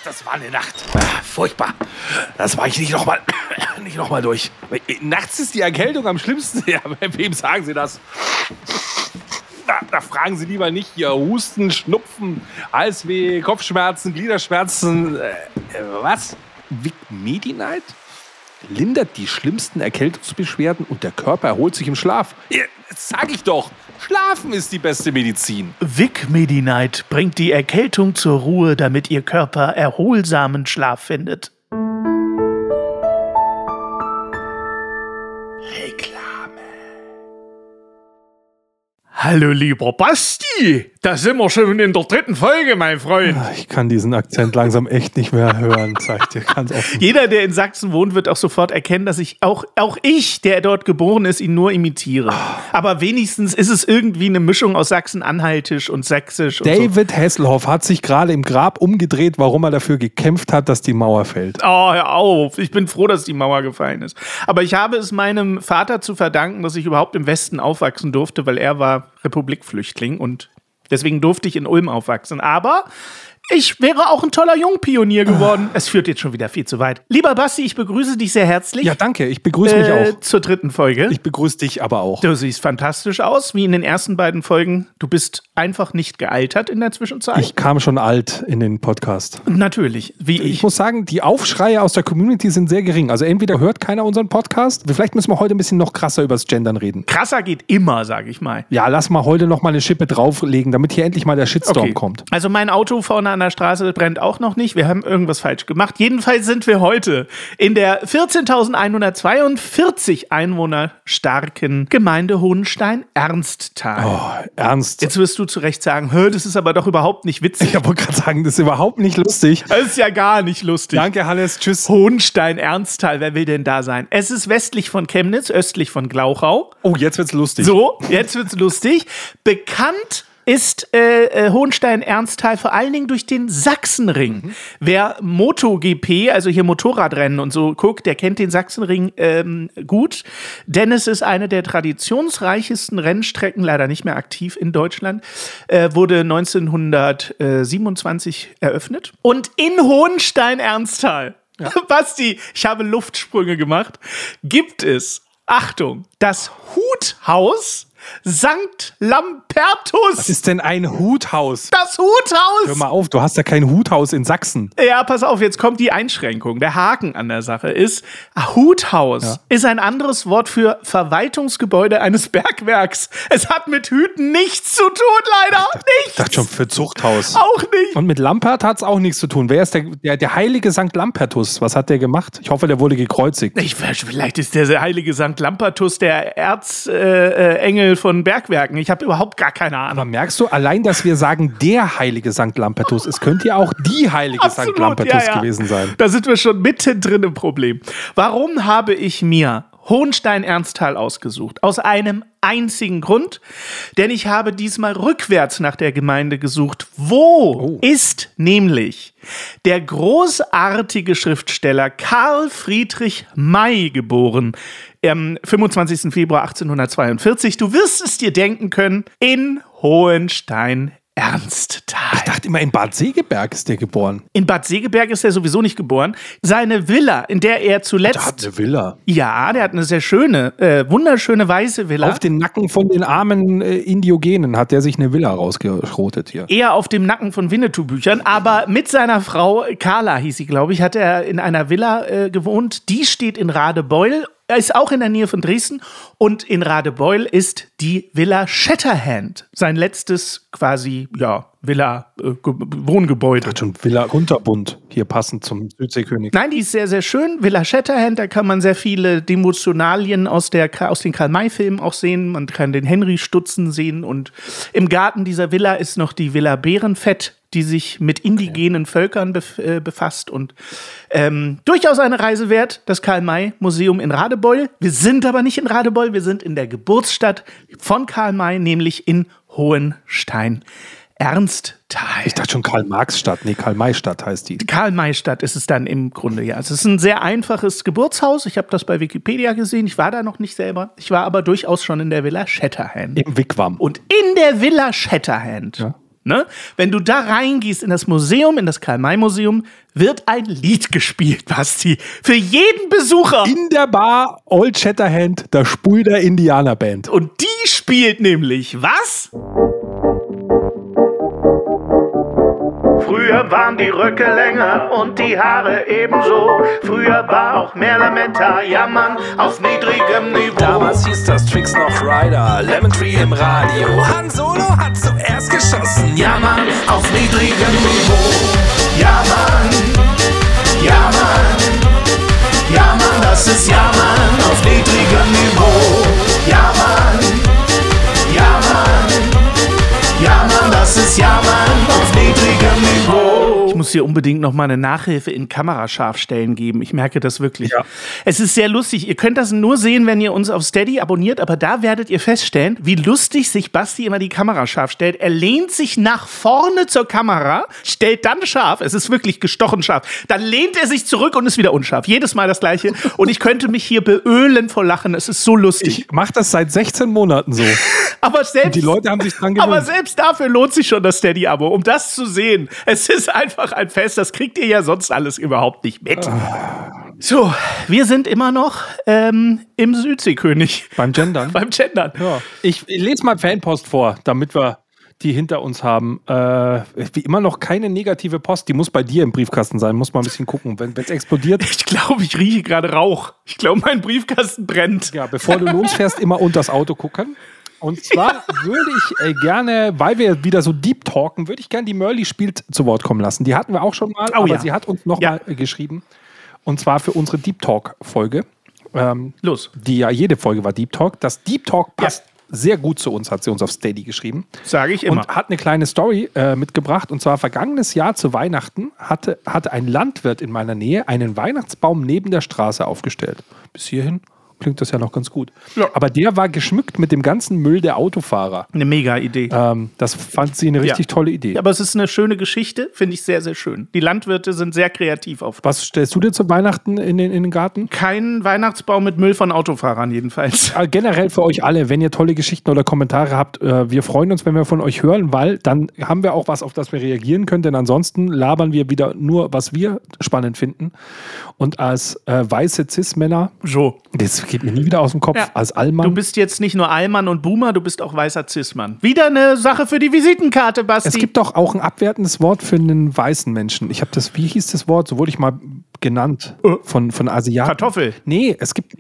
das war eine Nacht. Furchtbar. Das war ich nicht noch mal durch. Nachts ist die Erkältung am schlimmsten. Ja, wem sagen Sie das? Da fragen Sie lieber nicht hier Husten, Schnupfen, Halsweh, Kopfschmerzen, Gliederschmerzen. Was? Vic Medi-Night? Lindert die schlimmsten Erkältungsbeschwerden und der Körper erholt sich im Schlaf. Ja, das sag ich doch. Schlafen ist die beste Medizin. Vic Medi-Night bringt die Erkältung zur Ruhe, damit Ihr Körper erholsamen Schlaf findet. Reklame. Hallo lieber Basti, da sind wir schon in der 3. Folge, mein Freund. Ich kann diesen Akzent langsam echt nicht mehr hören, sag ich dir ganz offen. Jeder, der in Sachsen wohnt, wird auch sofort erkennen, dass ich, auch ich, der dort geboren ist, ihn nur imitiere. Aber wenigstens ist es irgendwie eine Mischung aus Sachsen-Anhaltisch und Sächsisch. Und David Hasselhoff hat sich gerade im Grab umgedreht, warum er dafür gekämpft hat, dass die Mauer fällt. Oh, hör auf. Ich bin froh, dass die Mauer gefallen ist. Aber ich habe es meinem Vater zu verdanken, dass ich überhaupt im Westen aufwachsen durfte, weil er war Republikflüchtling und deswegen durfte ich in Ulm aufwachsen. Aber ich wäre auch ein toller Jungpionier geworden. Es führt jetzt schon wieder viel zu weit. Lieber Basti, ich begrüße dich sehr herzlich. Ja, danke. Ich begrüße mich auch. Zur 3. Folge. Ich begrüße dich aber auch. Du siehst fantastisch aus, wie in den ersten beiden Folgen. Du bist einfach nicht gealtert in der Zwischenzeit. Ich kam schon alt in den Podcast. Natürlich, wie ich. Ich muss sagen, die Aufschreie aus der Community sind sehr gering. Also entweder hört keiner unseren Podcast, vielleicht müssen wir heute ein bisschen noch krasser übers Gendern reden. Krasser geht immer, sag ich mal. Ja, lass mal heute noch mal eine Schippe drauflegen, damit hier endlich mal der Shitstorm kommt. Also mein Auto vorne an der Straße brennt auch noch nicht. Wir haben irgendwas falsch gemacht. Jedenfalls sind wir heute in der 14.142 Einwohner starken Gemeinde Hohenstein-Ernsthal. Oh, ernst. Jetzt wirst du zu Recht sagen, das ist aber doch überhaupt nicht witzig. Ich wollte gerade sagen, das ist überhaupt nicht lustig. Das ist ja gar nicht lustig. Danke, Hannes. Tschüss. Hohenstein-Ernsthal, wer will denn da sein? Es ist westlich von Chemnitz, östlich von Glauchau. Oh, jetzt wird's lustig. So, jetzt wird's lustig. Bekannt ist Hohenstein-Ernsthal vor allen Dingen durch den Sachsenring. Wer MotoGP, also hier Motorradrennen und so guckt, der kennt den Sachsenring gut, denn es ist eine der traditionsreichesten Rennstrecken, leider nicht mehr aktiv in Deutschland, wurde 1927 eröffnet. Und in Hohenstein-Ernsthal, ja. Basti, ich habe Luftsprünge gemacht, gibt es, Achtung, das Huthaus St. Lampertus. Was ist denn ein Huthaus? Das Huthaus! Hör mal auf, du hast ja kein Huthaus in Sachsen. Ja, pass auf, jetzt kommt die Einschränkung. Der Haken an der Sache ist, Huthaus ist ein anderes Wort für Verwaltungsgebäude eines Bergwerks. Es hat mit Hüten nichts zu tun, leider. Nichts. Ich dachte schon für Zuchthaus. Auch nicht. Und mit Lampert hat es auch nichts zu tun. Wer ist der heilige St. Lampertus? Was hat der gemacht? Ich hoffe, der wurde gekreuzigt. Vielleicht ist der heilige St. Lampertus der Erzengel von Bergwerken. Ich habe überhaupt gar keine Ahnung. Aber merkst du, allein, dass wir sagen, der heilige St. Lampertus, es könnte ja auch die heilige Absolut, St. Lampertus gewesen sein. Da sind wir schon mittendrin im Problem. Warum habe ich mir Hohenstein-Ernsthal ausgesucht? Aus einem einzigen Grund, denn ich habe diesmal rückwärts nach der Gemeinde gesucht. Wo ist nämlich der großartige Schriftsteller Karl Friedrich May geboren? Am 25. Februar 1842. Du wirst es dir denken können, in Hohenstein-Ernsthal. Ich dachte immer, in Bad Segeberg ist der geboren. In Bad Segeberg ist er sowieso nicht geboren. Seine Villa, in der er zuletzt... Der hat eine Villa. Ja, der hat eine sehr schöne, wunderschöne weiße Villa. Auf den Nacken von den armen Indiogenen hat der sich eine Villa rausgeschrotet hier. Eher auf dem Nacken von Winnetou-Büchern, aber mit seiner Frau, Carla hieß sie, glaube ich, hat er in einer Villa gewohnt. Die steht in Radebeul. Er ist auch in der Nähe von Dresden und in Radebeul ist die Villa Shatterhand. Sein letztes quasi, Wohngebäude. Hat schon Villa Unterbund hier passend zum Südseekönig. Nein, die ist sehr, sehr schön. Villa Shatterhand, da kann man sehr viele Devotionalien aus den Karl-May-Filmen auch sehen. Man kann den Henry Stutzen sehen und im Garten dieser Villa ist noch die Villa Bärenfett, die sich mit indigenen Völkern befasst und durchaus eine Reise wert, das Karl-May-Museum in Radebeul. Wir sind aber nicht in Radebeul, wir sind in der Geburtsstadt von Karl May, nämlich in Hohenstein-Ernsthal. Ich dachte schon Karl-Marx-Stadt, nee, Karl-May-Stadt heißt die. Karl-May-Stadt ist es dann im Grunde, ja. Es ist ein sehr einfaches Geburtshaus, ich habe das bei Wikipedia gesehen, ich war da noch nicht selber, ich war aber durchaus schon in der Villa Shatterhand. Im Wigwam. Und in der Villa Shatterhand Ne? Wenn du da reingehst in das Museum, in das Karl-May-Museum, wird ein Lied gespielt, Basti. Für jeden Besucher. In der Bar Old Shatterhand, der Spulder Indianerband. Und die spielt nämlich was? Früher waren die Röcke länger und die Haare ebenso. Früher war auch mehr Lametta, jammern auf niedrigem Niveau. Damals hieß das Tricks noch Rider, Lemon Tree im Radio. Han Solo hat zuerst geschossen, Jammern auf niedrigem Niveau. Ja Mann, ja Mann, ja Mann, das ist Ja Mann auf niedrigem Niveau. Ja Mann, ja Mann, ja Mann, das ist Ja Mann auf niedrigem Niveau. Ich muss hier unbedingt noch mal eine Nachhilfe in Kamerascharfstellen geben. Ich merke das wirklich. Ja. Es ist sehr lustig. Ihr könnt das nur sehen, wenn ihr uns auf Steady abonniert, aber da werdet ihr feststellen, wie lustig sich Basti immer die Kamera scharf stellt. Er lehnt sich nach vorne zur Kamera, stellt dann scharf. Es ist wirklich gestochen scharf. Dann lehnt er sich zurück und ist wieder unscharf. Jedes Mal das Gleiche. Und ich könnte mich hier beölen vor Lachen. Es ist so lustig. Ich mache das seit 16 Monaten so. Aber selbst, und die Leute haben sich dran gewöhnt. Aber selbst dafür lohnt sich schon das Steady-Abo, um das zu sehen. Es ist einfach ein Fest, das kriegt ihr ja sonst alles überhaupt nicht mit. So, wir sind immer noch im Südseekönig. Beim Gendern? Beim Gendern. Ja. Ich lese mal Fanpost vor, damit wir die hinter uns haben. Wie immer noch keine negative Post. Die muss bei dir im Briefkasten sein. Muss mal ein bisschen gucken. Wenn es explodiert. Ich glaube, ich rieche gerade Rauch. Ich glaube, mein Briefkasten brennt. Ja, bevor du losfährst, immer unter das Auto gucken. Und zwar würde ich gerne, weil wir wieder so deep talken, würde ich gerne die Mörli spielt zu Wort kommen lassen. Die hatten wir auch schon mal, aber sie hat uns nochmal geschrieben. Und zwar für unsere Deep Talk-Folge. Los. Die ja jede Folge war Deep Talk. Das Deep Talk passt sehr gut zu uns, hat sie uns auf Steady geschrieben. Sage ich immer. Und hat eine kleine Story mitgebracht. Und zwar vergangenes Jahr zu Weihnachten hatte ein Landwirt in meiner Nähe einen Weihnachtsbaum neben der Straße aufgestellt. Bis hierhin klingt das ja noch ganz gut. Ja. Aber der war geschmückt mit dem ganzen Müll der Autofahrer. Eine mega Idee. Das fand sie eine richtig tolle Idee. Ja, aber es ist eine schöne Geschichte, finde ich sehr, sehr schön. Die Landwirte sind sehr kreativ auf. Was stellst du dir zu Weihnachten in den Garten? Kein Weihnachtsbaum mit Müll von Autofahrern jedenfalls. Generell für euch alle, wenn ihr tolle Geschichten oder Kommentare habt, wir freuen uns, wenn wir von euch hören, weil dann haben wir auch was, auf das wir reagieren können, denn ansonsten labern wir wieder nur, was wir spannend finden. Und als weiße Cis-Männer, das geht mir nie wieder aus dem Kopf, als Allmann. Du bist jetzt nicht nur Allmann und Boomer, du bist auch weißer Cis-Mann. Wieder eine Sache für die Visitenkarte, Basti. Es gibt doch auch ein abwertendes Wort für einen weißen Menschen. Ich habe das, wie hieß das Wort? So wurde ich mal genannt von Asiaten. Kartoffel? Nee, es gibt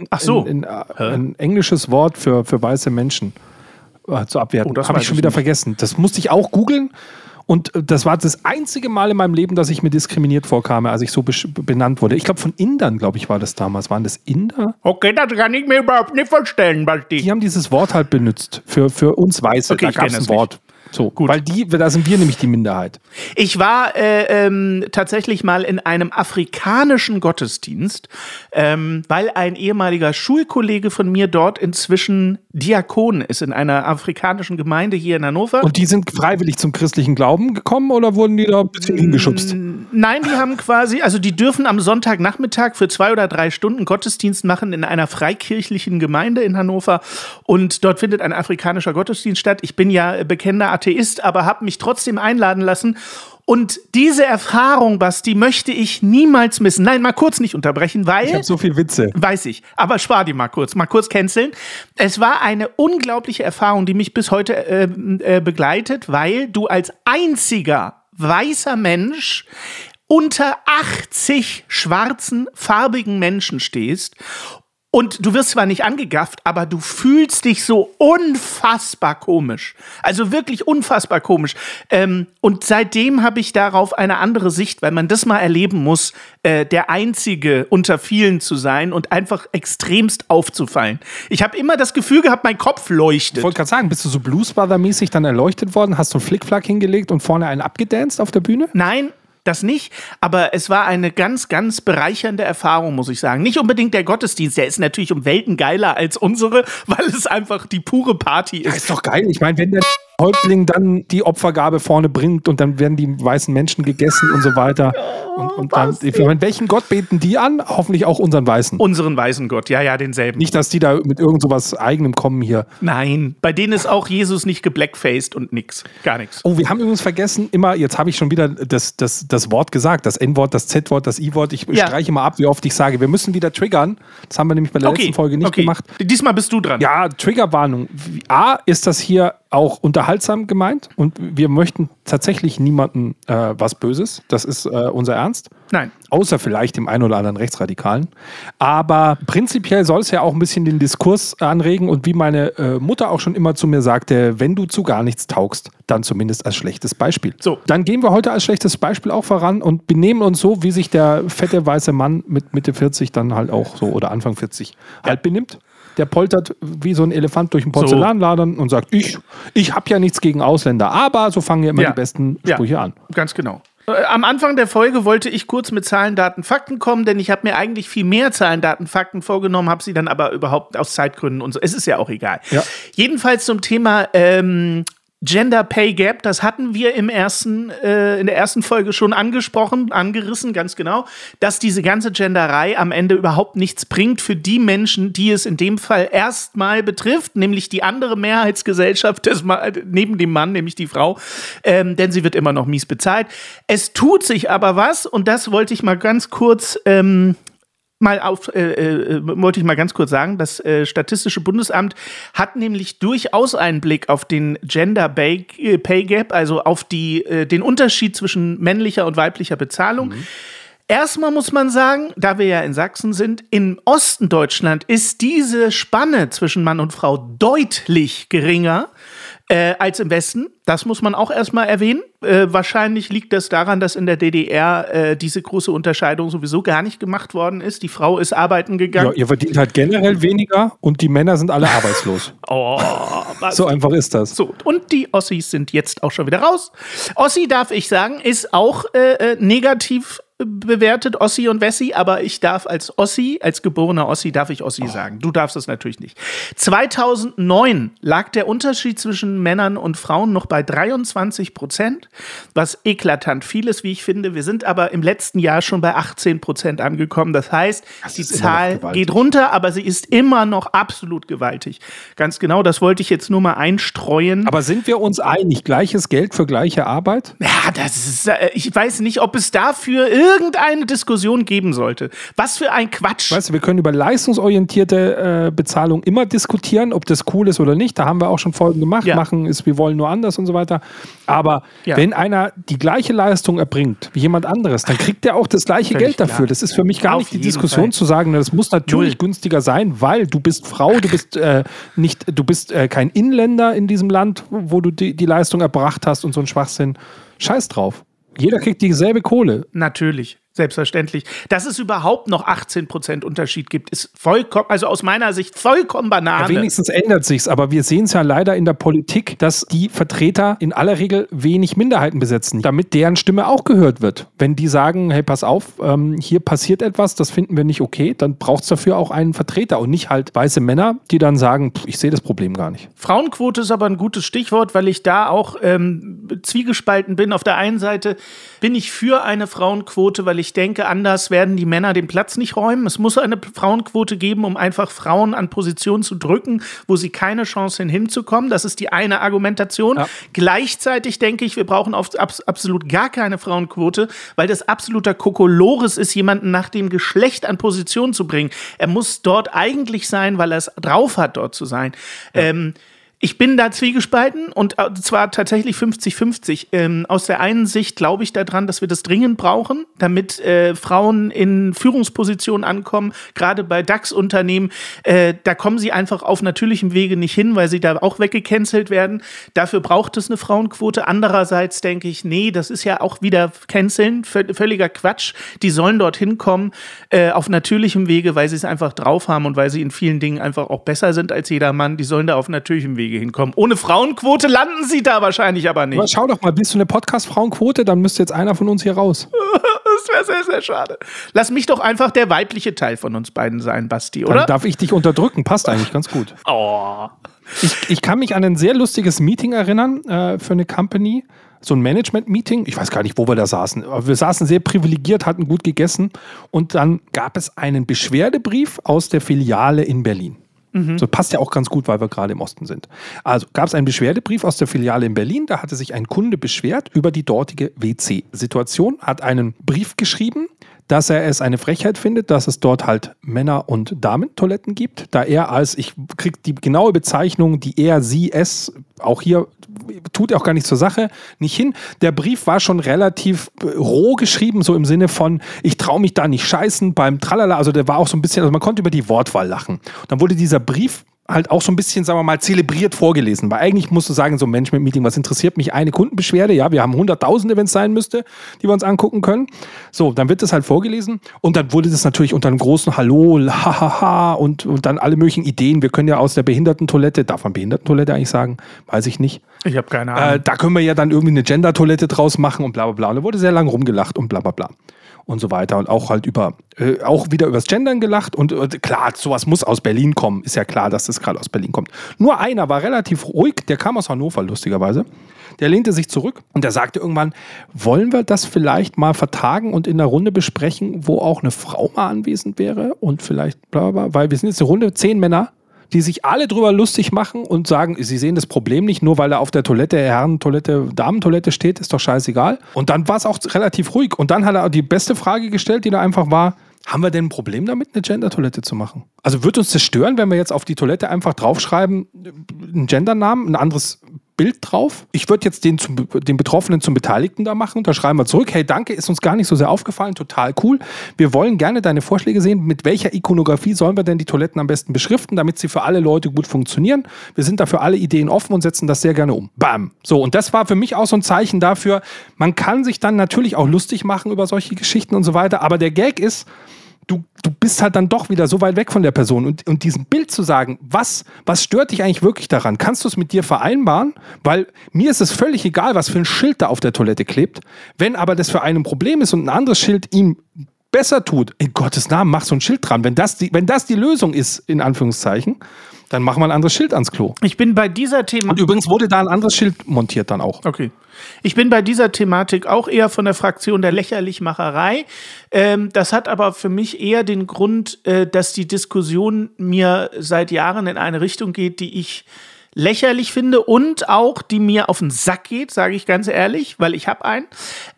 ein englisches Wort für weiße Menschen zu abwerten. Das habe ich schon wieder vergessen. Das musste ich auch googeln. Und das war das einzige Mal in meinem Leben, dass ich mir diskriminiert vorkam, als ich so benannt wurde. Ich glaube, von Indern, glaube ich, war das damals. Waren das Inder? Okay, das kann ich mir überhaupt nicht vorstellen, Basti. Die haben dieses Wort halt benutzt für uns Weiße. Okay, da gab es ein Wort. So, gut. Weil da sind wir nämlich die Minderheit. Ich war tatsächlich mal in einem afrikanischen Gottesdienst, weil ein ehemaliger Schulkollege von mir dort inzwischen Diakon ist in einer afrikanischen Gemeinde hier in Hannover. Und die sind freiwillig zum christlichen Glauben gekommen oder wurden die da ein bisschen hingeschubst? Nein, die haben quasi, also die dürfen am Sonntagnachmittag für 2 oder 3 Stunden Gottesdienst machen in einer freikirchlichen Gemeinde in Hannover und dort findet ein afrikanischer Gottesdienst statt. Ich bin ja bekennender Atheist, aber habe mich trotzdem einladen lassen. Und diese Erfahrung, Basti, möchte ich niemals missen. Nein, mal kurz nicht unterbrechen, weil... Ich habe so viel Witze. Weiß ich, aber spar die mal kurz canceln. Es war eine unglaubliche Erfahrung, die mich bis heute begleitet, weil du als einziger weißer Mensch unter 80 schwarzen, farbigen Menschen stehst. Und du wirst zwar nicht angegafft, aber du fühlst dich so unfassbar komisch. Also wirklich unfassbar komisch. Und seitdem habe ich darauf eine andere Sicht, weil man das mal erleben muss, der Einzige unter vielen zu sein und einfach extremst aufzufallen. Ich habe immer das Gefühl gehabt, mein Kopf leuchtet. Ich wollte gerade sagen, bist du so Blues-Brother-mäßig dann erleuchtet worden? Hast du einen Flickflack hingelegt und vorne einen abgedanced auf der Bühne? Nein. Das nicht, aber es war eine ganz, ganz bereichernde Erfahrung, muss ich sagen. Nicht unbedingt der Gottesdienst, der ist natürlich um Welten geiler als unsere, weil es einfach die pure Party ist. Ja, ist doch geil. Ich meine, wenn der Häuptling dann die Opfergabe vorne bringt und dann werden die weißen Menschen gegessen und so weiter. Und dann, ich meine, welchen Gott beten die an? Hoffentlich auch unseren Weißen. Unseren weißen Gott, ja, denselben. Nicht, dass die da mit irgend sowas Eigenem kommen hier. Nein, bei denen ist auch Jesus nicht geblackfaced und nix. Gar nichts. Oh, wir haben übrigens vergessen, jetzt habe ich schon wieder das Wort gesagt, das N-Wort, das Z-Wort, das I-Wort. Ich streiche mal ab, wie oft ich sage. Wir müssen wieder triggern. Das haben wir nämlich bei der letzten Folge nicht gemacht. Diesmal bist du dran. Ja, Triggerwarnung. A, ist das hier auch unterhaltsam gemeint und wir möchten tatsächlich niemandem was Böses. Das ist unser Ernst. Nein. Außer vielleicht dem einen oder anderen Rechtsradikalen. Aber prinzipiell soll es ja auch ein bisschen den Diskurs anregen und wie meine Mutter auch schon immer zu mir sagte, wenn du zu gar nichts taugst, dann zumindest als schlechtes Beispiel. So, dann gehen wir heute als schlechtes Beispiel auch voran und benehmen uns so, wie sich der fette weiße Mann mit Mitte 40 dann halt auch so oder Anfang 40 halt benimmt. Der poltert wie so ein Elefant durch den Porzellanladen und sagt, ich habe ja nichts gegen Ausländer, aber so fangen ja immer die besten Sprüche an. Ganz genau. Am Anfang der Folge wollte ich kurz mit Zahlen, Daten, Fakten kommen, denn ich habe mir eigentlich viel mehr Zahlen, Daten, Fakten vorgenommen, habe sie dann aber überhaupt aus Zeitgründen und so. Es ist ja auch egal. Ja. Jedenfalls zum Thema Gender Pay Gap, das hatten wir in der ersten Folge schon angerissen, ganz genau, dass diese ganze Genderei am Ende überhaupt nichts bringt für die Menschen, die es in dem Fall erstmal betrifft, nämlich die andere Mehrheitsgesellschaft neben dem Mann, nämlich die Frau, denn sie wird immer noch mies bezahlt. Es tut sich aber was und das wollte ich mal ganz kurz wollte ich mal ganz kurz sagen, das Statistische Bundesamt hat nämlich durchaus einen Blick auf den Gender Pay Gap, also auf den Unterschied zwischen männlicher und weiblicher Bezahlung. Erstmal muss man sagen, da wir ja in Sachsen sind, im Osten Deutschland ist diese Spanne zwischen Mann und Frau deutlich geringer als im Westen. Das muss man auch erstmal erwähnen. Wahrscheinlich liegt das daran, dass in der DDR diese große Unterscheidung sowieso gar nicht gemacht worden ist. Die Frau ist arbeiten gegangen. Ja, ihr verdient halt generell weniger und die Männer sind alle arbeitslos. So einfach ist das. So, und die Ossis sind jetzt auch schon wieder raus. Ossi, darf ich sagen, ist auch negativ bewertet, Ossi und Wessi, aber ich darf als Ossi, als geborener Ossi, darf ich Ossi sagen. Du darfst es natürlich nicht. 2009 lag der Unterschied zwischen Männern und Frauen noch bei 23%, was eklatant viel ist, wie ich finde. Wir sind aber im letzten Jahr schon bei 18% angekommen. Das heißt, die Zahl geht runter, aber sie ist immer noch absolut gewaltig. Ganz genau, das wollte ich jetzt nur mal einstreuen. Aber sind wir uns einig, gleiches Geld für gleiche Arbeit? Ja, das ist, ich weiß nicht, ob es dafür irgendeine Diskussion geben sollte. Was für ein Quatsch. Weißt du, wir können über leistungsorientierte Bezahlung immer diskutieren, ob das cool ist oder nicht. Da haben wir auch schon Folgen gemacht. Machen ist, wir wollen nur anders und so weiter. Aber wenn einer die gleiche Leistung erbringt wie jemand anderes, dann kriegt der auch das gleiche Geld dafür. Klar. Das ist für mich gar nicht die Diskussion zu sagen, das muss natürlich günstiger sein, weil du bist Frau, du bist kein Inländer in diesem Land, wo du die Leistung erbracht hast und so ein Schwachsinn. Scheiß drauf. Jeder kriegt dieselbe Kohle. Natürlich. Selbstverständlich. Dass es überhaupt noch 18% Unterschied gibt, ist vollkommen, also aus meiner Sicht vollkommen Banane. Ja, wenigstens ändert sich's, aber wir sehen es ja leider in der Politik, dass die Vertreter in aller Regel wenig Minderheiten besetzen, damit deren Stimme auch gehört wird. Wenn die sagen, hey, pass auf, hier passiert etwas, das finden wir nicht okay, dann braucht es dafür auch einen Vertreter und nicht halt weiße Männer, die dann sagen, ich sehe das Problem gar nicht. Frauenquote ist aber ein gutes Stichwort, weil ich da auch zwiegespalten bin. Auf der einen Seite bin ich für eine Frauenquote, weil ich denke, anders werden die Männer den Platz nicht räumen. Es muss eine Frauenquote geben, um einfach Frauen an Positionen zu drücken, wo sie keine Chance hinzukommen. Das ist die eine Argumentation. Ja. Gleichzeitig denke ich, wir brauchen absolut gar keine Frauenquote, weil das absoluter Kokolores ist, jemanden nach dem Geschlecht an Positionen zu bringen. Er muss dort eigentlich sein, weil er es drauf hat, dort zu sein. Ja. Ich bin da zwiegespalten und zwar tatsächlich 50-50. Aus der einen Sicht glaube ich daran, dass wir das dringend brauchen, damit Frauen in Führungspositionen ankommen, gerade bei DAX-Unternehmen. Da kommen sie einfach auf natürlichem Wege nicht hin, weil sie da auch weggecancelt werden. Dafür braucht es eine Frauenquote. Andererseits denke ich, nee, das ist ja auch wieder canceln, völliger Quatsch. Die sollen dorthin kommen auf natürlichem Wege, weil sie es einfach drauf haben und weil sie in vielen Dingen einfach auch besser sind als jeder Mann. Die sollen da auf natürlichem Wege hinkommen. Ohne Frauenquote landen sie da wahrscheinlich aber nicht. Aber schau doch mal, bist du eine Podcast-Frauenquote, dann müsste jetzt einer von uns hier raus. Das wäre sehr, sehr schade. Lass mich doch einfach der weibliche Teil von uns beiden sein, Basti, oder? Dann darf ich dich unterdrücken, passt eigentlich ganz gut. Oh. Ich kann mich an ein sehr lustiges Meeting erinnern für eine Company. so ein Management-Meeting. Ich weiß gar nicht, wo wir da saßen. Aber wir saßen sehr privilegiert, hatten gut gegessen. Und dann gab es einen Beschwerdebrief aus der Filiale in Berlin. So passt ja auch ganz gut, weil wir gerade im Osten sind. Also gab es einen Beschwerdebrief aus der Filiale in Berlin. Da hatte sich ein Kunde beschwert über die dortige WC-Situation, hat einen Brief geschrieben, dass er es eine Frechheit findet, dass es dort halt Männer- und Damentoiletten gibt. Da er ich kriege die genaue Bezeichnung, die er, sie, es, auch hier tut auch gar nicht zur Sache, nicht hin. Der Brief war schon relativ roh geschrieben, so im Sinne von, ich traue mich da nicht scheißen beim Tralala. Also der war auch so ein bisschen, also man konnte über die Wortwahl lachen. Und dann wurde dieser Brief halt auch so ein bisschen, sagen wir mal, zelebriert vorgelesen. Weil eigentlich musst du sagen, so ein Management-Meeting, was interessiert mich eine Kundenbeschwerde? Ja, wir haben Hunderttausende, wenn es sein müsste, die wir uns angucken können. So, dann wird das halt vorgelesen und dann wurde das natürlich unter einem großen Hallo, hahaha und dann alle möglichen Ideen. Wir können ja aus der Behindertentoilette, darf man Behindertentoilette eigentlich sagen? Weiß ich nicht. Ich habe keine Ahnung. Da können wir ja dann irgendwie eine Gender-Toilette draus machen und bla bla bla. Und da wurde sehr lange rumgelacht und bla bla bla. Und so weiter. Und auch halt auch wieder übers Gendern gelacht. Und klar, sowas muss aus Berlin kommen. Ist ja klar, dass das gerade aus Berlin kommt. Nur einer war relativ ruhig, der kam aus Hannover, lustigerweise. Der lehnte sich zurück und der sagte irgendwann, wollen wir das vielleicht mal vertagen und in einer Runde besprechen, wo auch eine Frau mal anwesend wäre und vielleicht bla bla, weil wir sind jetzt eine Runde 10 Männer, die sich alle drüber lustig machen und sagen, sie sehen das Problem nicht, nur weil er auf der Toilette, Herrentoilette, Damentoilette steht, ist doch scheißegal. Und dann war es auch relativ ruhig. Und dann hat er die beste Frage gestellt, die da einfach war, haben wir denn ein Problem damit, eine Gender-Toilette zu machen? Also wird uns das stören, wenn wir jetzt auf die Toilette einfach draufschreiben, einen Gendernamen, ein anderes Bild drauf? Ich würde jetzt den Betroffenen zum Beteiligten da machen. Da schreiben wir zurück, hey, danke, ist uns gar nicht so sehr aufgefallen, total cool. Wir wollen gerne deine Vorschläge sehen. Mit welcher Ikonografie sollen wir denn die Toiletten am besten beschriften, damit sie für alle Leute gut funktionieren? Wir sind dafür alle Ideen offen und setzen das sehr gerne um. Bam. So, und das war für mich auch so ein Zeichen dafür, man kann sich dann natürlich auch lustig machen über solche Geschichten und so weiter, aber der Gag ist, du bist halt dann doch wieder so weit weg von der Person. Und diesem Bild zu sagen, was stört dich eigentlich wirklich daran? Kannst du es mit dir vereinbaren? Weil mir ist es völlig egal, was für ein Schild da auf der Toilette klebt. Wenn aber das für einen ein Problem ist und ein anderes Schild ihm besser tut, in Gottes Namen, mach so ein Schild dran. Wenn das die Lösung ist, in Anführungszeichen, dann machen wir ein anderes Schild ans Klo. Ich bin bei dieser Thematik. Und übrigens wurde da ein anderes Schild montiert dann auch. Okay. Ich bin bei dieser Thematik auch eher von der Fraktion der Lächerlichmacherei. Das hat aber für mich eher den Grund, dass die Diskussion mir seit Jahren in eine Richtung geht, die ich lächerlich finde und auch die mir auf den Sack geht, sage ich ganz ehrlich, weil ich habe einen.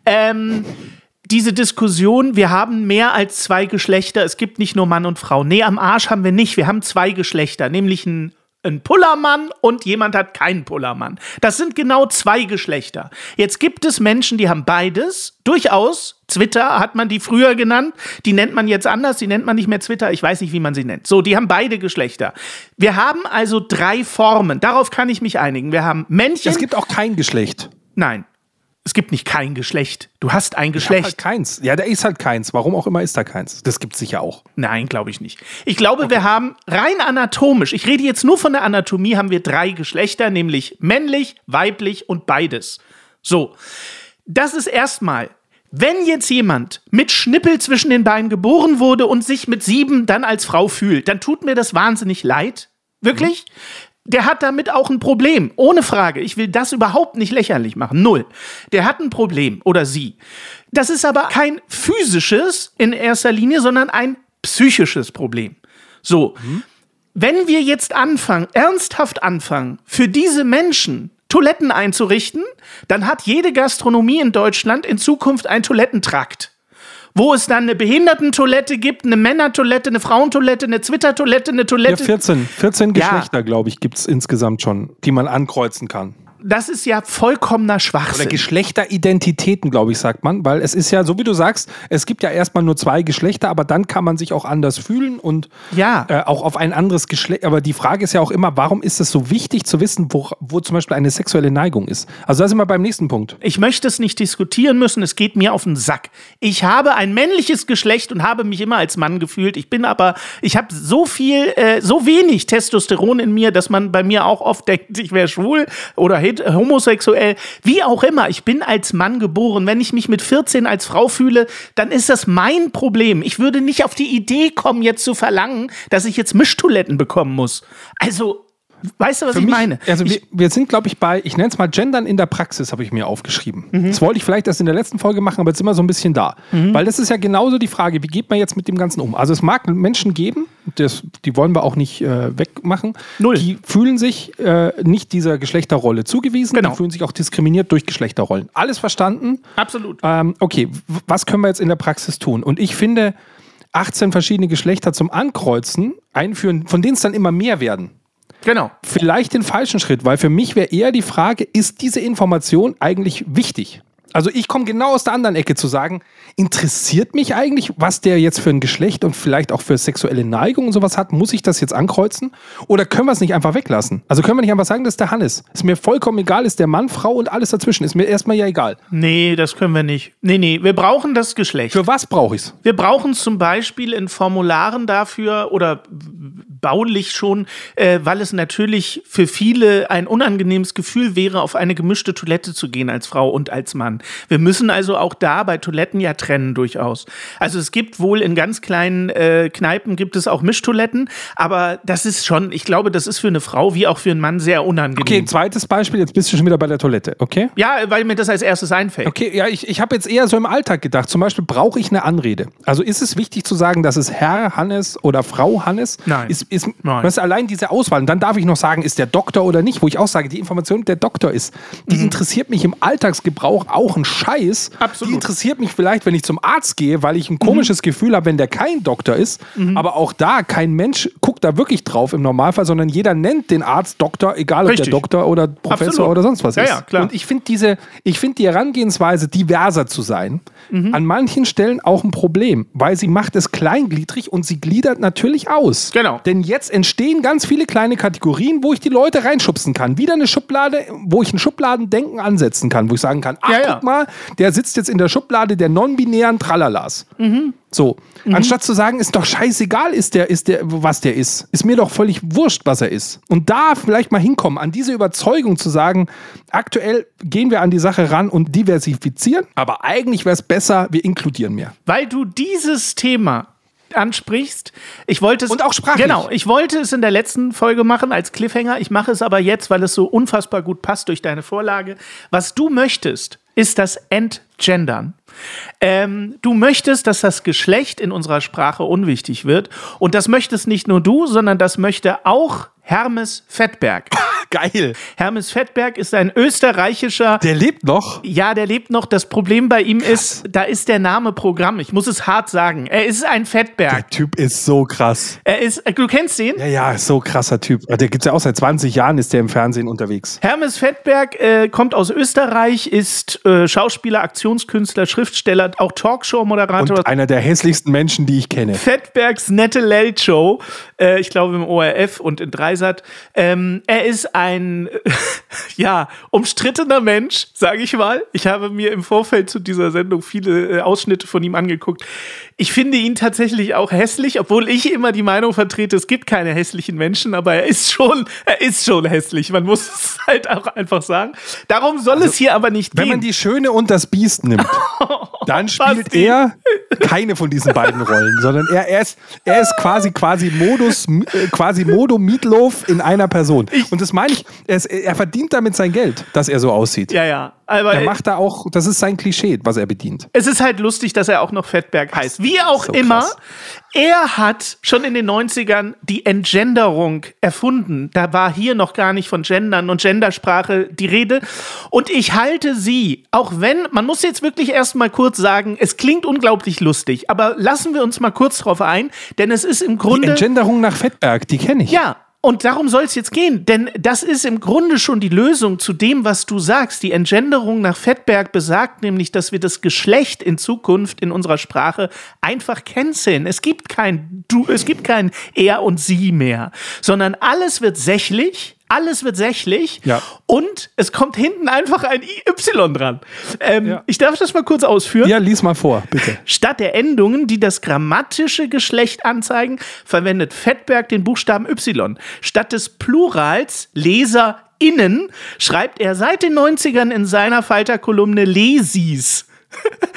Diese Diskussion, wir haben mehr als 2 Geschlechter, es gibt nicht nur Mann und Frau. Nee, am Arsch haben wir nicht, wir haben 2 Geschlechter, nämlich ein Pullermann und jemand hat keinen Pullermann. Das sind genau 2 Geschlechter. Jetzt gibt es Menschen, die haben beides, durchaus. Twitter hat man die früher genannt, die nennt man jetzt anders, die nennt man nicht mehr Twitter, ich weiß nicht, wie man sie nennt. So, die haben beide Geschlechter. Wir haben also 3 Formen, darauf kann ich mich einigen. Wir haben Männchen. Es gibt auch kein Geschlecht. Nein. Es gibt nicht kein Geschlecht. Du hast ein Geschlecht. Halt keins. Ja, da ist halt keins. Warum auch immer ist da keins. Das gibt es sicher auch. Nein, glaube ich nicht. Ich glaube, wir haben rein anatomisch, ich rede jetzt nur von der Anatomie, haben wir 3 Geschlechter, nämlich männlich, weiblich und beides. So, das ist erstmal, wenn jetzt jemand mit Schnippel zwischen den Beinen geboren wurde und sich mit 7 dann als Frau fühlt, dann tut mir das wahnsinnig leid. Wirklich? Der hat damit auch ein Problem, ohne Frage. Ich will das überhaupt nicht lächerlich machen, 0. Der hat ein Problem, oder sie. Das ist aber kein physisches in erster Linie, sondern ein psychisches Problem. So, wenn wir jetzt ernsthaft anfangen, für diese Menschen Toiletten einzurichten, dann hat jede Gastronomie in Deutschland in Zukunft einen Toilettentrakt. Wo es dann eine Behindertentoilette gibt, eine Männertoilette, eine Frauentoilette, eine Zwittertoilette, eine Toilette. Ja, 14 Geschlechter, glaube ich, gibt es insgesamt schon, die man ankreuzen kann. Das ist ja vollkommener Schwachsinn. Oder Geschlechteridentitäten, glaube ich, sagt man. Weil es ist ja, so wie du sagst, es gibt ja erstmal nur 2 Geschlechter, aber dann kann man sich auch anders fühlen und auch auf ein anderes Geschlecht. Aber die Frage ist ja auch immer, warum ist es so wichtig zu wissen, wo zum Beispiel eine sexuelle Neigung ist? Also da sind wir beim nächsten Punkt. Ich möchte es nicht diskutieren müssen, es geht mir auf den Sack. Ich habe ein männliches Geschlecht und habe mich immer als Mann gefühlt. Ich habe so wenig Testosteron in mir, dass man bei mir auch oft denkt, ich wäre schwul oder homosexuell, wie auch immer. Ich bin als Mann geboren. Wenn ich mich mit 14 als Frau fühle, dann ist das mein Problem. Ich würde nicht auf die Idee kommen, jetzt zu verlangen, dass ich jetzt Mischtoiletten bekommen muss. Also, Weißt du, was Für ich mich, meine? Also wir sind, glaube ich, ich nenne es mal Gendern in der Praxis, habe ich mir aufgeschrieben. Das wollte ich vielleicht erst in der letzten Folge machen, aber jetzt sind wir so ein bisschen da. Weil das ist ja genauso die Frage, wie geht man jetzt mit dem Ganzen um? Also es mag Menschen geben, die wollen wir auch nicht wegmachen, die fühlen sich nicht dieser Geschlechterrolle zugewiesen, die fühlen sich auch diskriminiert durch Geschlechterrollen. Alles verstanden? Absolut. Okay, was können wir jetzt in der Praxis tun? Und ich finde, 18 verschiedene Geschlechter zum Ankreuzen einführen, von denen es dann immer mehr werden. Genau. Vielleicht den falschen Schritt, weil für mich wäre eher die Frage, ist diese Information eigentlich wichtig? Also ich komme genau aus der anderen Ecke zu sagen, interessiert mich eigentlich, was der jetzt für ein Geschlecht und vielleicht auch für sexuelle Neigung und sowas hat? Muss ich das jetzt ankreuzen? Oder können wir es nicht einfach weglassen? Also können wir nicht einfach sagen, das ist der Hannes. Ist mir vollkommen egal, ist der Mann, Frau und alles dazwischen. Ist mir erstmal ja egal. Nee, das können wir nicht. Nee, wir brauchen das Geschlecht. Für was brauche ich es? Wir brauchen zum Beispiel in Formularen dafür oder baulich schon, weil es natürlich für viele ein unangenehmes Gefühl wäre, auf eine gemischte Toilette zu gehen als Frau und als Mann. Wir müssen also auch da bei Toiletten ja trennen durchaus. Also es gibt wohl in ganz kleinen Kneipen gibt es auch Mischtoiletten, aber das ist schon, ich glaube, das ist für eine Frau wie auch für einen Mann sehr unangenehm. Okay, zweites Beispiel, jetzt bist du schon wieder bei der Toilette, okay? Ja, weil mir das als erstes einfällt. Okay, ja, ich habe jetzt eher so im Alltag gedacht, zum Beispiel brauche ich eine Anrede. Also ist es wichtig zu sagen, dass es Herr Hannes oder Frau Hannes? Nein. Nein. Das ist allein diese Auswahl. Und dann darf ich noch sagen, ist der Doktor oder nicht, wo ich auch sage, die Information, der Doktor ist, die interessiert mich im Alltagsgebrauch auch ein Scheiß. Absolut. Die interessiert mich vielleicht, wenn ich zum Arzt gehe, weil ich ein komisches Gefühl habe, wenn der kein Doktor ist. Aber auch da, kein Mensch guckt da wirklich drauf im Normalfall, sondern jeder nennt den Arzt Doktor, egal ob der Doktor oder Professor Absolut. oder sonst was ist. Ja, klar. Und ich finde die Herangehensweise, diverser zu sein, an manchen Stellen auch ein Problem, weil sie macht es kleingliedrig und sie gliedert natürlich aus. Genau. Denn jetzt entstehen ganz viele kleine Kategorien, wo ich die Leute reinschubsen kann. Wieder eine Schublade, wo ich ein Schubladendenken ansetzen kann, wo ich sagen kann, guck mal, der sitzt jetzt in der Schublade der non-binären Tralalas. So, anstatt zu sagen, ist doch scheißegal, was der ist. Ist mir doch völlig wurscht, was er ist. Und da vielleicht mal hinkommen, an diese Überzeugung zu sagen, aktuell gehen wir an die Sache ran und diversifizieren, aber eigentlich wäre es besser, wir inkludieren mehr. Weil du dieses Thema ansprichst. Ich wollte es, und auch sprachlich. Genau, ich wollte es in der letzten Folge machen als Cliffhanger. Ich mache es aber jetzt, weil es so unfassbar gut passt durch deine Vorlage. Was du möchtest, ist das Entgendern. Du möchtest, dass das Geschlecht in unserer Sprache unwichtig wird. Und das möchtest nicht nur du, sondern das möchte auch Hermes Fettberg. Geil. Hermes Fettberg ist ein österreichischer... Der lebt noch? Ja, der lebt noch. Das Problem bei ihm ist, da ist der Name Programm. Ich muss es hart sagen. Er ist ein Fettberg. Der Typ ist so krass. Du kennst den? Ja, so krasser Typ. Der gibt's ja auch seit 20 Jahren, ist der im Fernsehen unterwegs. Hermes Fettberg kommt aus Österreich, ist Schauspieler, Aktionskünstler, Schriftsteller, auch Talkshow-Moderator. Und einer der hässlichsten Menschen, die ich kenne. Fettbergs nette Late Show, ich glaube im ORF und in Dreisat. Er ist ein umstrittener Mensch, sage ich mal. Ich habe mir im Vorfeld zu dieser Sendung viele Ausschnitte von ihm angeguckt. Ich finde ihn tatsächlich auch hässlich, obwohl ich immer die Meinung vertrete, es gibt keine hässlichen Menschen, aber er ist schon hässlich. Man muss es halt auch einfach sagen. Darum soll es hier aber nicht gehen. Wenn man die Schöne und das Biest nimmt, dann spielt er keine von diesen beiden Rollen, sondern er ist quasi Modo Meatloaf in einer Person. Und das meine ich, er verdient damit sein Geld, dass er so aussieht. Ja. Aber er macht da auch, das ist sein Klischee, was er bedient. Es ist halt lustig, dass er auch noch Fettberg heißt. Wie auch so immer, krass. Er hat schon in den 90ern die Entgenderung erfunden. Da war hier noch gar nicht von Gendern und Gendersprache die Rede. Und ich halte sie, auch wenn, man muss jetzt wirklich erst mal kurz sagen, es klingt unglaublich lustig, aber lassen wir uns mal kurz drauf ein, denn es ist im Grunde... Die Entgenderung nach Fettberg, die kenne ich. Ja. Und darum soll es jetzt gehen, denn das ist im Grunde schon die Lösung zu dem, was du sagst. Die Entgenderung nach Fettberg besagt nämlich, dass wir das Geschlecht in Zukunft in unserer Sprache einfach canceln. Es gibt kein er und sie mehr, sondern alles wird sächlich. Ja. Und es kommt hinten einfach ein Y dran. Ich darf das mal kurz ausführen. Ja, lies mal vor, bitte. Statt der Endungen, die das grammatische Geschlecht anzeigen, verwendet Fettberg den Buchstaben Y. Statt des Plurals LeserInnen schreibt er seit den 90ern in seiner Falter-Kolumne Lesis.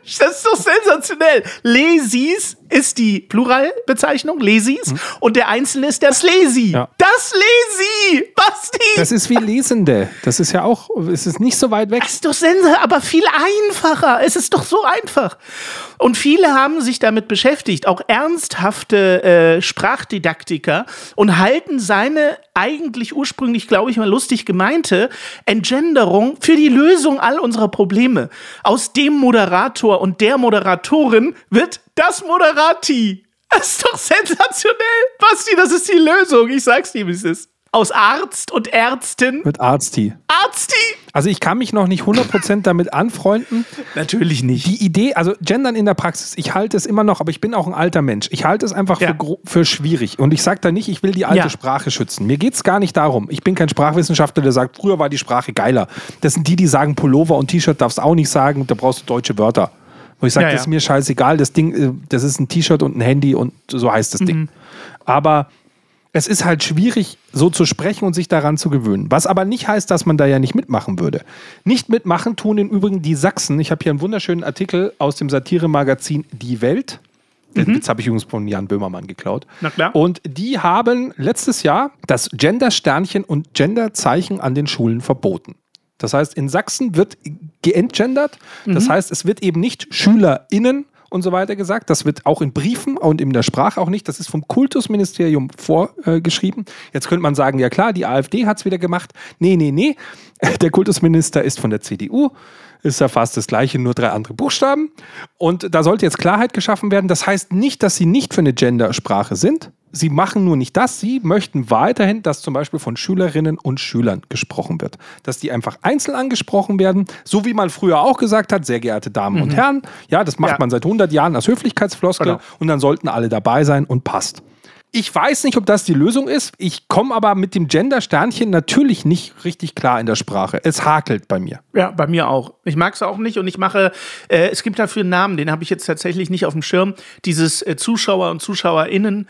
Das ist doch sensationell. Lesis ist die Pluralbezeichnung, Lesis. Und der Einzelne ist das Lesi. Ja. Das Lesi! Basti! Das ist wie Lesende. Das ist ja auch, es ist nicht so weit weg. Das ist doch sensationell, aber viel einfacher. Es ist doch so einfach. Und viele haben sich damit beschäftigt, auch ernsthafte Sprachdidaktiker, und halten seine eigentlich ursprünglich, glaube ich mal, lustig gemeinte Entgenderung für die Lösung all unserer Probleme. Aus dem Moderator und der Moderatorin wird das Moderati. Das ist doch sensationell. Basti, das ist die Lösung. Ich sag's dir, wie es ist. Aus Arzt und Ärztin Mit Arzti. Arzti. Also ich kann mich noch nicht 100% damit anfreunden. Natürlich nicht. Die Idee, also Gendern in der Praxis, ich halte es immer noch, aber ich bin auch ein alter Mensch. Ich halte es einfach für schwierig. Und ich sage da nicht, ich will die alte Sprache schützen. Mir geht es gar nicht darum. Ich bin kein Sprachwissenschaftler, der sagt, früher war die Sprache geiler. Das sind die sagen, Pullover und T-Shirt darfst auch nicht sagen, da brauchst du deutsche Wörter. Wo ich sage, das ist mir scheißegal, das Ding, das ist ein T-Shirt und ein Handy und so heißt das Ding. Aber es ist halt schwierig, so zu sprechen und sich daran zu gewöhnen. Was aber nicht heißt, dass man da ja nicht mitmachen würde. Nicht mitmachen tun im Übrigen die Sachsen. Ich habe hier einen wunderschönen Artikel aus dem Satiremagazin Die Welt. Den Witz habe ich übrigens von Jan Böhmermann geklaut. Na klar. Und die haben letztes Jahr das Gender-Sternchen und Gender-Zeichen an den Schulen verboten. Das heißt, in Sachsen wird geentgendert. Das heißt, es wird eben nicht SchülerInnen und so weiter gesagt. Das wird auch in Briefen und in der Sprache auch nicht. Das ist vom Kultusministerium vorgeschrieben. Jetzt könnte man sagen, ja klar, die AfD hat es wieder gemacht. Nee. Der Kultusminister ist von der CDU. Ist ja fast das Gleiche, nur 3 andere Buchstaben. Und da sollte jetzt Klarheit geschaffen werden. Das heißt nicht, dass sie nicht für eine Gendersprache sind. Sie machen nur nicht das. Sie möchten weiterhin, dass zum Beispiel von Schülerinnen und Schülern gesprochen wird. Dass die einfach einzeln angesprochen werden. So wie man früher auch gesagt hat, sehr geehrte Damen und Herren. Ja, das macht man seit 100 Jahren als Höflichkeitsfloskel. Genau. Und dann sollten alle dabei sein und passt. Ich weiß nicht, ob das die Lösung ist. Ich komme aber mit dem Gender-Sternchen natürlich nicht richtig klar in der Sprache. Es hakelt bei mir. Ja, bei mir auch. Ich mag es auch nicht und ich mache, es gibt dafür einen Namen, den habe ich jetzt tatsächlich nicht auf dem Schirm. Dieses Zuschauer und Zuschauerinnen,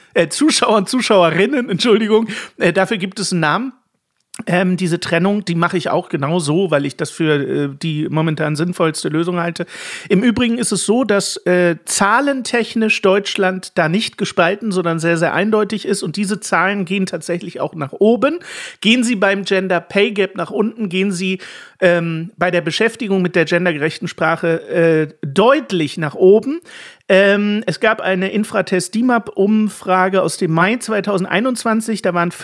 Entschuldigung, dafür gibt es einen Namen. Diese Trennung, die mache ich auch genau so, weil ich das für die momentan sinnvollste Lösung halte. Im Übrigen ist es so, dass zahlentechnisch Deutschland da nicht gespalten, sondern sehr, sehr eindeutig ist. Und diese Zahlen gehen tatsächlich auch nach oben. Gehen sie beim Gender Pay Gap nach unten, gehen sie bei der Beschäftigung mit der gendergerechten Sprache deutlich nach oben. Es gab eine Infratest-DIMAP-Umfrage aus dem Mai 2021. Da waren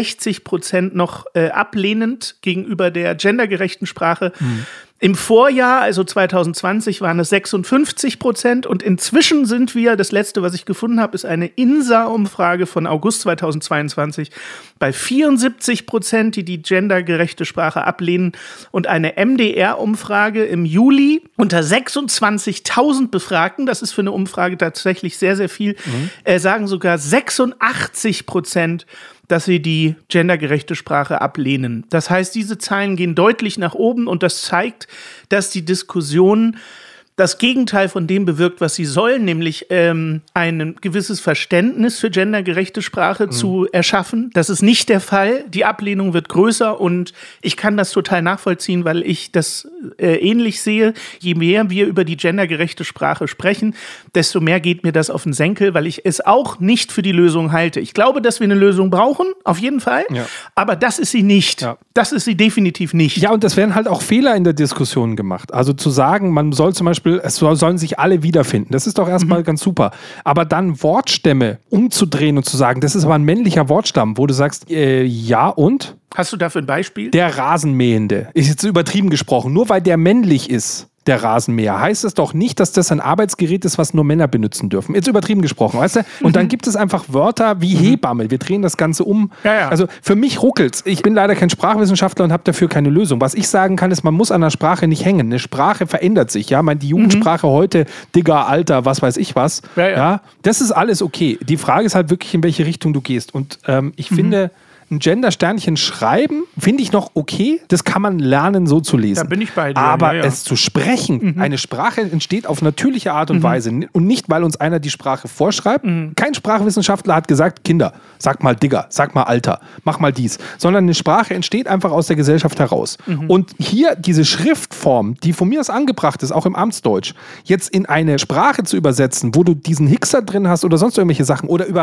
65% noch ablehnend gegenüber der gendergerechten Sprache. Im Vorjahr, also 2020, waren es 56% und inzwischen sind wir, das letzte, was ich gefunden habe, ist eine INSA-Umfrage von August 2022 bei 74%, die gendergerechte Sprache ablehnen, und eine MDR-Umfrage im Juli unter 26.000 Befragten, das ist für eine Umfrage tatsächlich sehr, sehr viel, sagen sogar 86%, dass sie die gendergerechte Sprache ablehnen. Das heißt, diese Zahlen gehen deutlich nach oben und das zeigt, dass die Diskussion das Gegenteil von dem bewirkt, was sie soll, nämlich ein gewisses Verständnis für gendergerechte Sprache zu erschaffen. Das ist nicht der Fall. Die Ablehnung wird größer und ich kann das total nachvollziehen, weil ich das ähnlich sehe. Je mehr wir über die gendergerechte Sprache sprechen, desto mehr geht mir das auf den Senkel, weil ich es auch nicht für die Lösung halte. Ich glaube, dass wir eine Lösung brauchen, auf jeden Fall, aber das ist sie nicht. Ja. Das ist sie definitiv nicht. Ja, und das werden halt auch Fehler in der Diskussion gemacht. Also zu sagen, man soll zum Beispiel, sollen sich alle wiederfinden. Das ist doch erstmal ganz super. Aber dann Wortstämme umzudrehen und zu sagen, das ist aber ein männlicher Wortstamm, wo du sagst, ja und? Hast du dafür ein Beispiel? Der Rasenmähende. Ist jetzt übertrieben gesprochen. Nur weil der männlich ist, der Rasenmäher, heißt es doch nicht, dass das ein Arbeitsgerät ist, was nur Männer benutzen dürfen. Jetzt übertrieben gesprochen, weißt du? Und dann gibt es einfach Wörter wie Hebamme. Wir drehen das Ganze um. Ja. Also für mich ruckelt's. Ich bin leider kein Sprachwissenschaftler und habe dafür keine Lösung. Was ich sagen kann, ist, man muss an der Sprache nicht hängen. Eine Sprache verändert sich. Ja, die Jugendsprache heute, Digger, Alter, was weiß ich was. Ja, das ist alles okay. Die Frage ist halt wirklich, in welche Richtung du gehst. Und ich finde, ein Gender-Sternchen schreiben, finde ich noch okay. Das kann man lernen, so zu lesen. Da bin ich bei dir. Aber es zu sprechen, eine Sprache entsteht auf natürliche Art und Weise. Und nicht, weil uns einer die Sprache vorschreibt. Kein Sprachwissenschaftler hat gesagt, Kinder, sag mal Digger, sag mal Alter, mach mal dies. Sondern eine Sprache entsteht einfach aus der Gesellschaft heraus. Und hier diese Schriftform, die von mir aus angebracht ist, auch im Amtsdeutsch, jetzt in eine Sprache zu übersetzen, wo du diesen Hickser drin hast oder sonst irgendwelche Sachen oder über,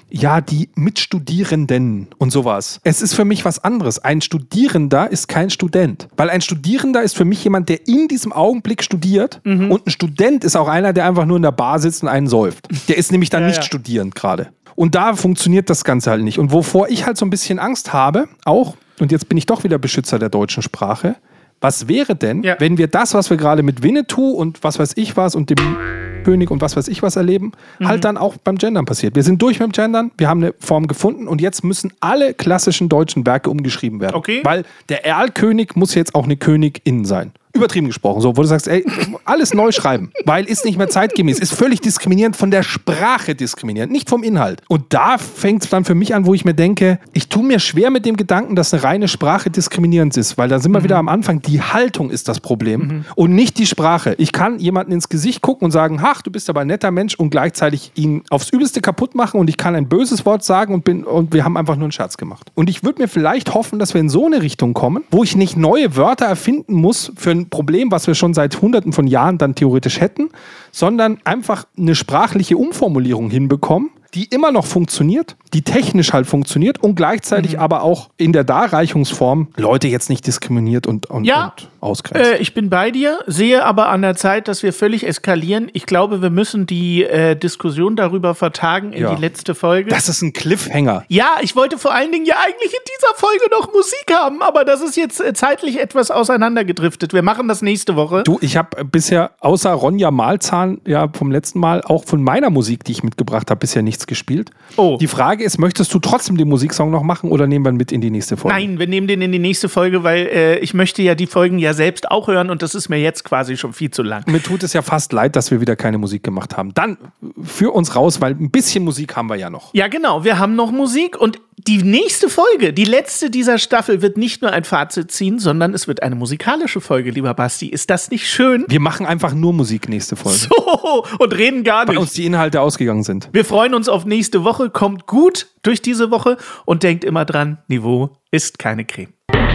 die Mitstudierenden und sowas. Es ist für mich was anderes. Ein Studierender ist kein Student. Weil ein Studierender ist für mich jemand, der in diesem Augenblick studiert und ein Student ist auch einer, der einfach nur in der Bar sitzt und einen säuft. Der ist nämlich dann nicht studierend gerade. Und da funktioniert das Ganze halt nicht. Und wovor ich halt so ein bisschen Angst habe, auch, und jetzt bin ich doch wieder Beschützer der deutschen Sprache, was wäre denn, wenn wir das, was wir gerade mit Winnetou und was weiß ich was und dem König und was weiß ich was erleben, halt dann auch beim Gendern passiert. Wir sind durch mit dem Gendern, wir haben eine Form gefunden und jetzt müssen alle klassischen deutschen Werke umgeschrieben werden. Okay. Weil der Erlkönig muss jetzt auch eine Königin sein. Übertrieben gesprochen, so, wo du sagst, ey, alles neu schreiben, weil ist nicht mehr zeitgemäß, ist völlig diskriminierend, von der Sprache diskriminierend, nicht vom Inhalt. Und da fängt es dann für mich an, wo ich mir denke, ich tue mir schwer mit dem Gedanken, dass eine reine Sprache diskriminierend ist, weil da sind wir wieder am Anfang, die Haltung ist das Problem und nicht die Sprache. Ich kann jemanden ins Gesicht gucken und sagen, ach, du bist aber ein netter Mensch und gleichzeitig ihn aufs Übelste kaputt machen und ich kann ein böses Wort sagen und wir haben einfach nur einen Scherz gemacht. Und ich würde mir vielleicht hoffen, dass wir in so eine Richtung kommen, wo ich nicht neue Wörter erfinden muss für ein Problem, was wir schon seit Hunderten von Jahren dann theoretisch hätten, sondern einfach eine sprachliche Umformulierung hinbekommen, die immer noch funktioniert, die technisch halt funktioniert und gleichzeitig aber auch in der Darreichungsform Leute jetzt nicht diskriminiert und ausgrenzt. Ich bin bei dir, sehe aber an der Zeit, dass wir völlig eskalieren. Ich glaube, wir müssen die Diskussion darüber vertagen in die letzte Folge. Das ist ein Cliffhanger. Ja, ich wollte vor allen Dingen ja eigentlich in dieser Folge noch Musik haben, aber das ist jetzt zeitlich etwas auseinandergedriftet. Wir machen das nächste Woche. Du, ich habe bisher außer Ronja Malzahn vom letzten Mal auch von meiner Musik, die ich mitgebracht habe, bisher nichts gespielt. Oh. Die Frage ist, möchtest du trotzdem den Musiksong noch machen oder nehmen wir ihn mit in die nächste Folge? Nein, wir nehmen den in die nächste Folge, weil ich möchte ja die Folgen ja selbst auch hören und das ist mir jetzt quasi schon viel zu lang. Mir tut es ja fast leid, dass wir wieder keine Musik gemacht haben. Dann führ uns raus, weil ein bisschen Musik haben wir ja noch. Ja, genau, wir haben noch Musik und die nächste Folge, die letzte dieser Staffel, wird nicht nur ein Fazit ziehen, sondern es wird eine musikalische Folge, lieber Basti. Ist das nicht schön? Wir machen einfach nur Musik nächste Folge. So, und reden gar nicht. Weil uns die Inhalte ausgegangen sind. Wir freuen uns auf nächste Woche. Kommt gut durch diese Woche und denkt immer dran, Niveau ist keine Creme.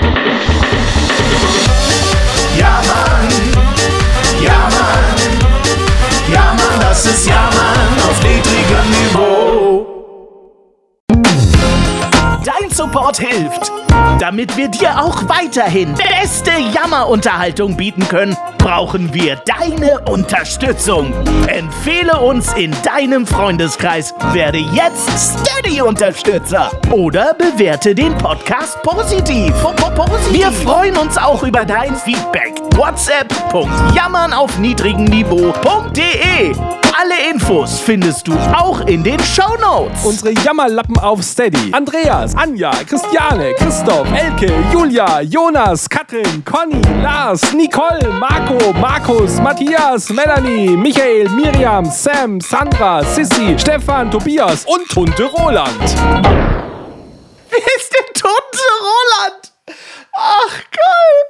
Ja, Mann. Ja, Mann. Ja, Mann, das ist Ja, Mann auf niedrigem Niveau. Dein Support hilft. Damit wir dir auch weiterhin beste Jammerunterhaltung bieten können, brauchen wir deine Unterstützung. Empfehle uns in deinem Freundeskreis, werde jetzt Steady-Unterstützer oder bewerte den Podcast positiv. Wir freuen uns auch über dein Feedback. whatsapp.jammernaufniedrigemniveau.de. Alle Infos findest du auch in den Shownotes. Unsere Jammerlappen auf Steady. Andreas, Anja, Christiane, Christoph, Elke, Julia, Jonas, Katrin, Conny, Lars, Nicole, Marco, Markus, Matthias, Melanie, Michael, Miriam, Sam, Sandra, Sissi, Stefan, Tobias und Tunte Roland. Wer ist denn Tunte Roland? Ach, geil.